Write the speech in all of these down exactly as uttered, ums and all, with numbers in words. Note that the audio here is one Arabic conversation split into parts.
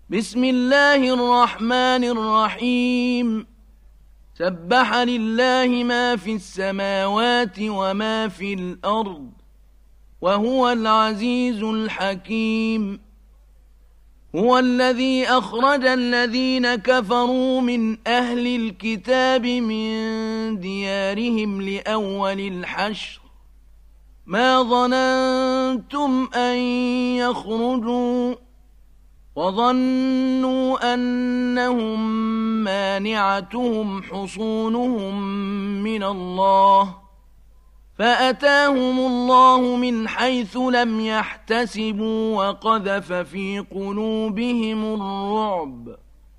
بسم الله الرحمن الرحيم سبح لله ما في السماوات وما في الأرض وهو العزيز الحكيم هو الذي أخرج الذين كفروا من أهل الكتاب من ديارهم لأول الحشر ما ظننتم أن يخرجوا وظنوا أنهم مانعتهم حصونهم من الله فأتاهم الله من حيث لم يحتسبوا وقذف في قلوبهم الرعب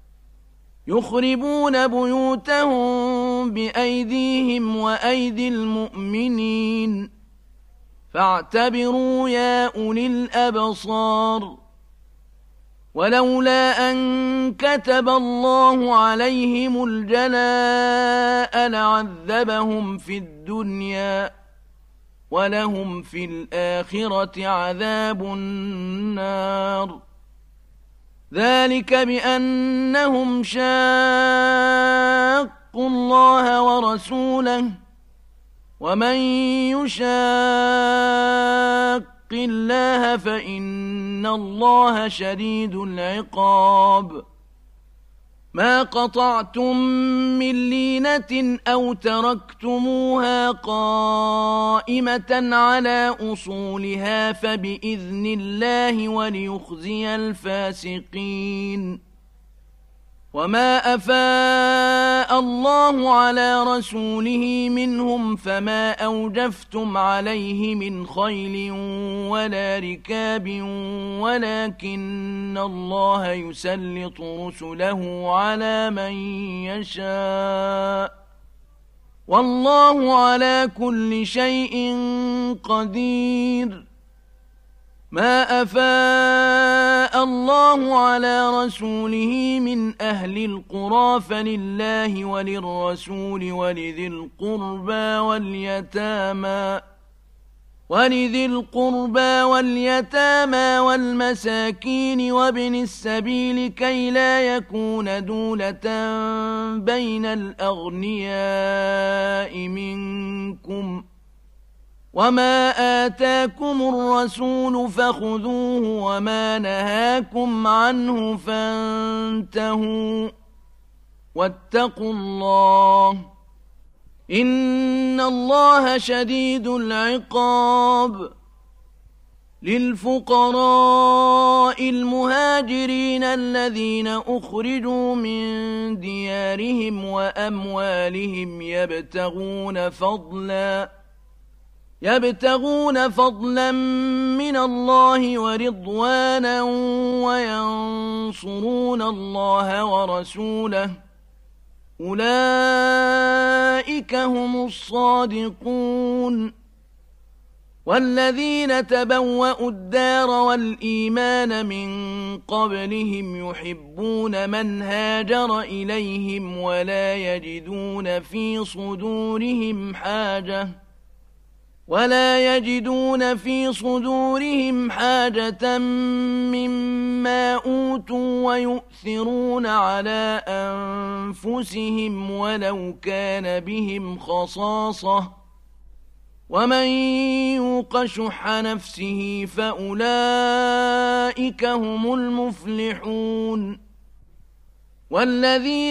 يخربون بيوتهم بأيديهم وأيدي المؤمنين فاعتبروا يا أولي الأبصار ولولا أن كتب الله عليهم الجلاء لعذبهم في الدنيا ولهم في الآخرة عذاب النار ذلك بأنهم شاقوا الله ورسوله ومن يشاق الله فإن الله شديد العقاب ما قطعتم من لينة أو تركتموها قائمة على أصولها فبإذن الله وليخزي الفاسقين وما أفاء الله على رسوله منهم فما أوجفتم عليه من خيل ولا ركاب ولكن الله يسلط رسله على من يشاء والله على كل شيء قدير ما أفاء الله على رسوله من أهل القرى فلله وللرسول ولذي القربى واليتامى ولذي القربى واليتامى والمساكين وابن السبيل كي لا يكون دولة بين الأغنياء منكم وما آتاكم الرسول فخذوه وما نهاكم عنه فانتهوا واتقوا الله إن الله شديد العقاب للفقراء المهاجرين الذين أخرجوا من ديارهم وأموالهم يبتغون فضلاً يبتغون فضلا من الله ورضوانا وينصرون الله ورسوله أولئك هم الصادقون والذين تبوأوا الدار والإيمان من قبلهم يحبون من هاجر إليهم ولا يجدون في صدورهم حاجة ولا يجدون في صدورهم حاجة مما أوتوا ويؤثرون على أنفسهم ولو كان بهم خصاصة ومن يوق شح نفسه فأولئك هم المفلحون والذين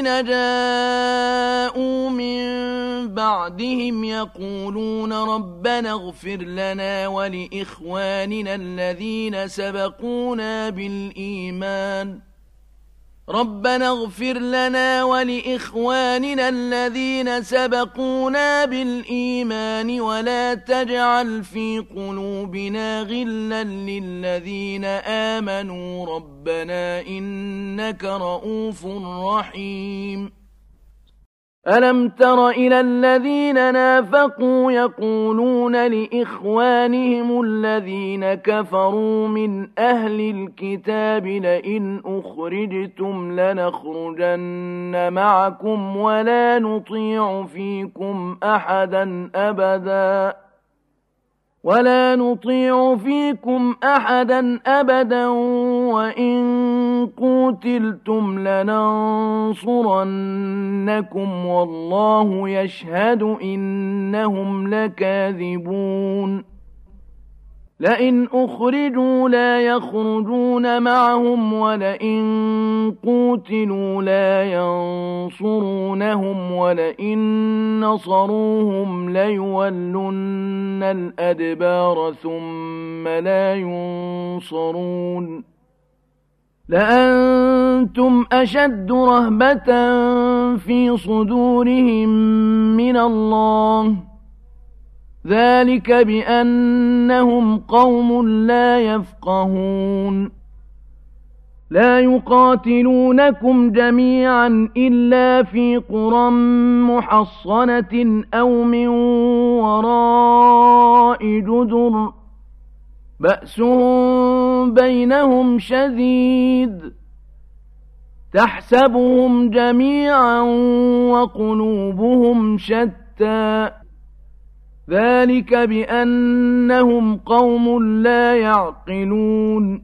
جاءوا من بعدهم يقولون ربنا اغفر لنا ولإخواننا الذين سبقونا بالإيمان ربنا اغفر لنا ولإخواننا الذين سبقونا بالإيمان ولا تجعل في قلوبنا غلا للذين آمنوا ربنا إنك رؤوف رحيم ألم تر إلى الذين نافقوا يقولون لإخوانهم الذين كفروا من أهل الكتاب لئن أخرجتم لنخرجن معكم ولا نطيع فيكم أحدا أبدا ولا نطيع فيكم أحدا أبدا وإن قوتم قُوتِلْتُمْ لَنَنصُرَنَّكُمْ وَاللَّهُ يَشْهَدُ إِنَّهُمْ لَكَاذِبُونَ لئن أخرجوا لا يخرجون معهم ولئن قوتلوا لا ينصرونهم ولئن نصروهم ليولن الأدبار ثم لا ينصرون لأنتم أشد رهبة في صدورهم من الله ذلك بأنهم قوم لا يفقهون لا يقاتلونكم جميعا إلا في قرى محصنة أو من وراء جدر بأسهم بينهم شديد تحسبهم جميعا وقلوبهم شتى ذلك بأنهم قوم لا يعقلون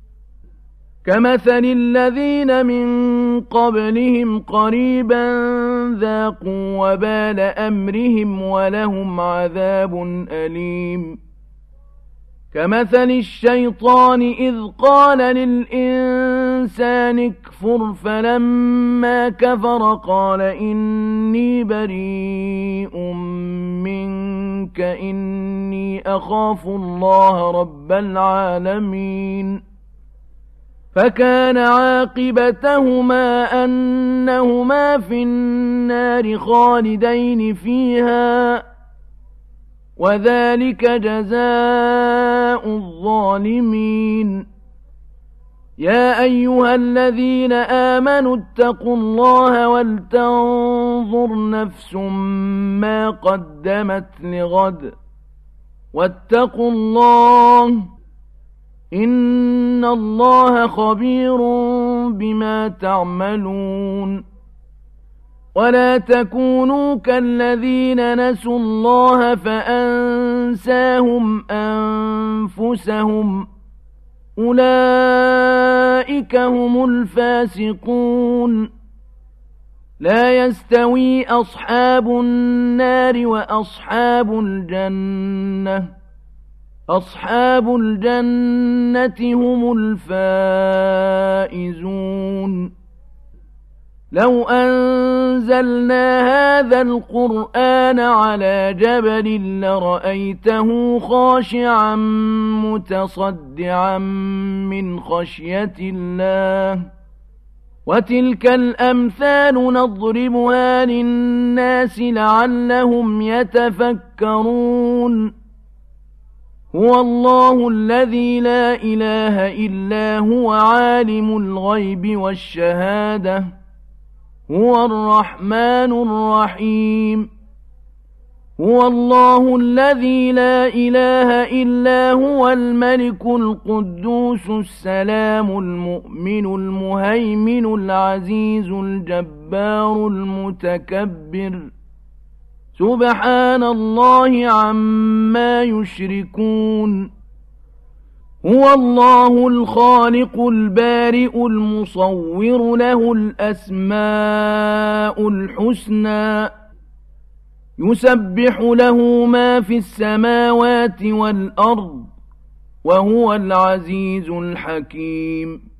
كمثل الذين من قبلهم قريبا ذاقوا وبال أمرهم ولهم عذاب أليم كمثل الشيطان إذ قال للإنسان اكفر فلما كفر قال إني بريء منك إني أخاف الله رب العالمين فكان عاقبتهما أنهما في النار خالدين فيها وذلك جزاء الظالمين يا أيها الذين آمنوا اتقوا الله ولتنظر نفس ما قدمت لغد واتقوا الله إن الله خبير بما تعملون ولا تكونوا كالذين نسوا الله فأنساهم أنفسهم أولئك هم الفاسقون لا يستوي أصحاب النار وأصحاب الجنة أصحاب الجنة هم الفائزون لو أنزلنا هذا القرآن على جبل لرأيته خاشعا متصدعا من خشية الله وتلك الأمثال نضربها للناس لعلهم يتفكرون هو الله الذي لا إله إلا هو عالم الغيب والشهادة هو الرحمن الرحيم هو الله الذي لا إله إلا هو الملك القدوس السلام المؤمن المهيمن العزيز الجبار المتكبر سبحان الله عما يشركون هو الله الخالق البارئ المصور له الأسماء الحسنى يسبح له ما في السماوات والأرض وهو العزيز الحكيم